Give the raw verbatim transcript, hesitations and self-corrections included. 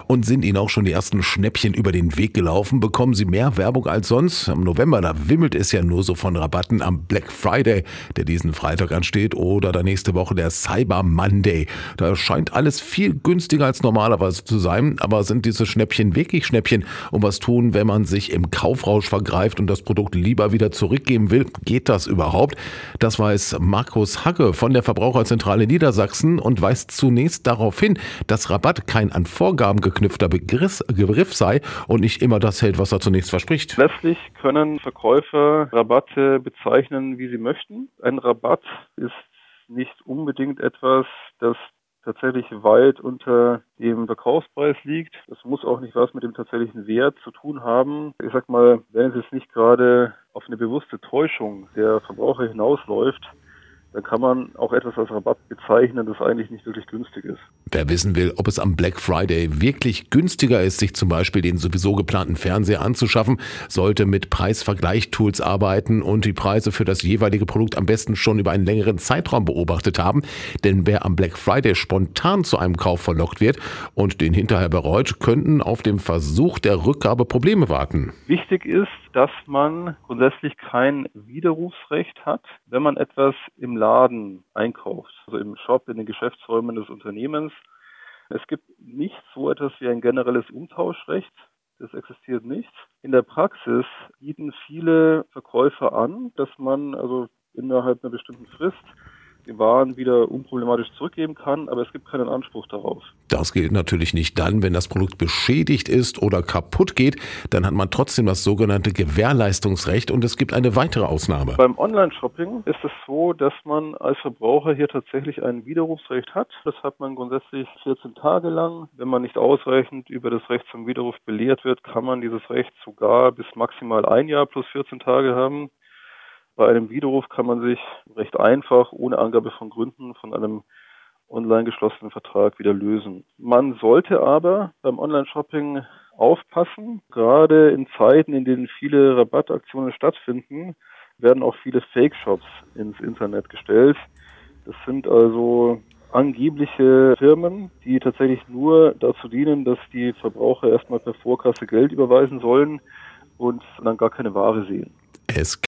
Und sind Ihnen auch schon die ersten Schnäppchen über den Weg gelaufen? Bekommen Sie mehr Werbung als sonst? Im November, da wimmelt es ja nur so von Rabatten am Black Friday, der diesen Freitag ansteht, oder der nächste Woche der Cyber Monday. Da scheint alles viel günstiger als normalerweise zu sein. Aber sind diese Schnäppchen wirklich Schnäppchen? Und was tun, wenn man sich im Kaufrausch vergreift und das Produkt lieber wieder zurückgeben will? Geht das überhaupt? Das weiß Markus Hacke von der Verbraucherzentrale Niedersachsen und weist zunächst darauf hin, dass Rabatt kein an Vorgaben geknüpfter Begriff, Begriff sei und nicht immer das hält, was er zunächst verspricht. Letztlich können Verkäufer Rabatte bezeichnen, wie sie möchten. Ein Rabatt ist nicht unbedingt etwas, das tatsächlich weit unter dem Verkaufspreis liegt. Das muss auch nicht was mit dem tatsächlichen Wert zu tun haben. Ich sag mal, wenn es jetzt nicht gerade auf eine bewusste Täuschung der Verbraucher hinausläuft, dann kann man auch etwas als Rabatt bezeichnen, das eigentlich nicht wirklich günstig ist. Wer wissen will, ob es am Black Friday wirklich günstiger ist, sich zum Beispiel den sowieso geplanten Fernseher anzuschaffen, sollte mit Preisvergleichtools arbeiten und die Preise für das jeweilige Produkt am besten schon über einen längeren Zeitraum beobachtet haben. Denn wer am Black Friday spontan zu einem Kauf verlockt wird und den hinterher bereut, könnten auf dem Versuch der Rückgabe Probleme warten. Wichtig ist, dass man grundsätzlich kein Widerrufsrecht hat, wenn man etwas im Laden einkauft, also im Shop, in den Geschäftsräumen des Unternehmens. Es gibt nicht so etwas wie ein generelles Umtauschrecht. Das existiert nicht. In der Praxis bieten viele Verkäufer an, dass man also innerhalb einer bestimmten Frist die Waren wieder unproblematisch zurückgeben kann, aber es gibt keinen Anspruch darauf. Das gilt natürlich nicht dann, wenn das Produkt beschädigt ist oder kaputt geht. Dann hat man trotzdem das sogenannte Gewährleistungsrecht und es gibt eine weitere Ausnahme. Beim Online-Shopping ist es so, dass man als Verbraucher hier tatsächlich ein Widerrufsrecht hat. Das hat man grundsätzlich vierzehn Tage lang. Wenn man nicht ausreichend über das Recht zum Widerruf belehrt wird, kann man dieses Recht sogar bis maximal ein Jahr plus vierzehn Tage haben. Bei einem Widerruf kann man sich recht einfach, ohne Angabe von Gründen, von einem online geschlossenen Vertrag wieder lösen. Man sollte aber beim Online-Shopping aufpassen. Gerade in Zeiten, in denen viele Rabattaktionen stattfinden, werden auch viele Fake-Shops ins Internet gestellt. Das sind also angebliche Firmen, die tatsächlich nur dazu dienen, dass die Verbraucher erstmal per Vorkasse Geld überweisen sollen und dann gar keine Ware sehen. Es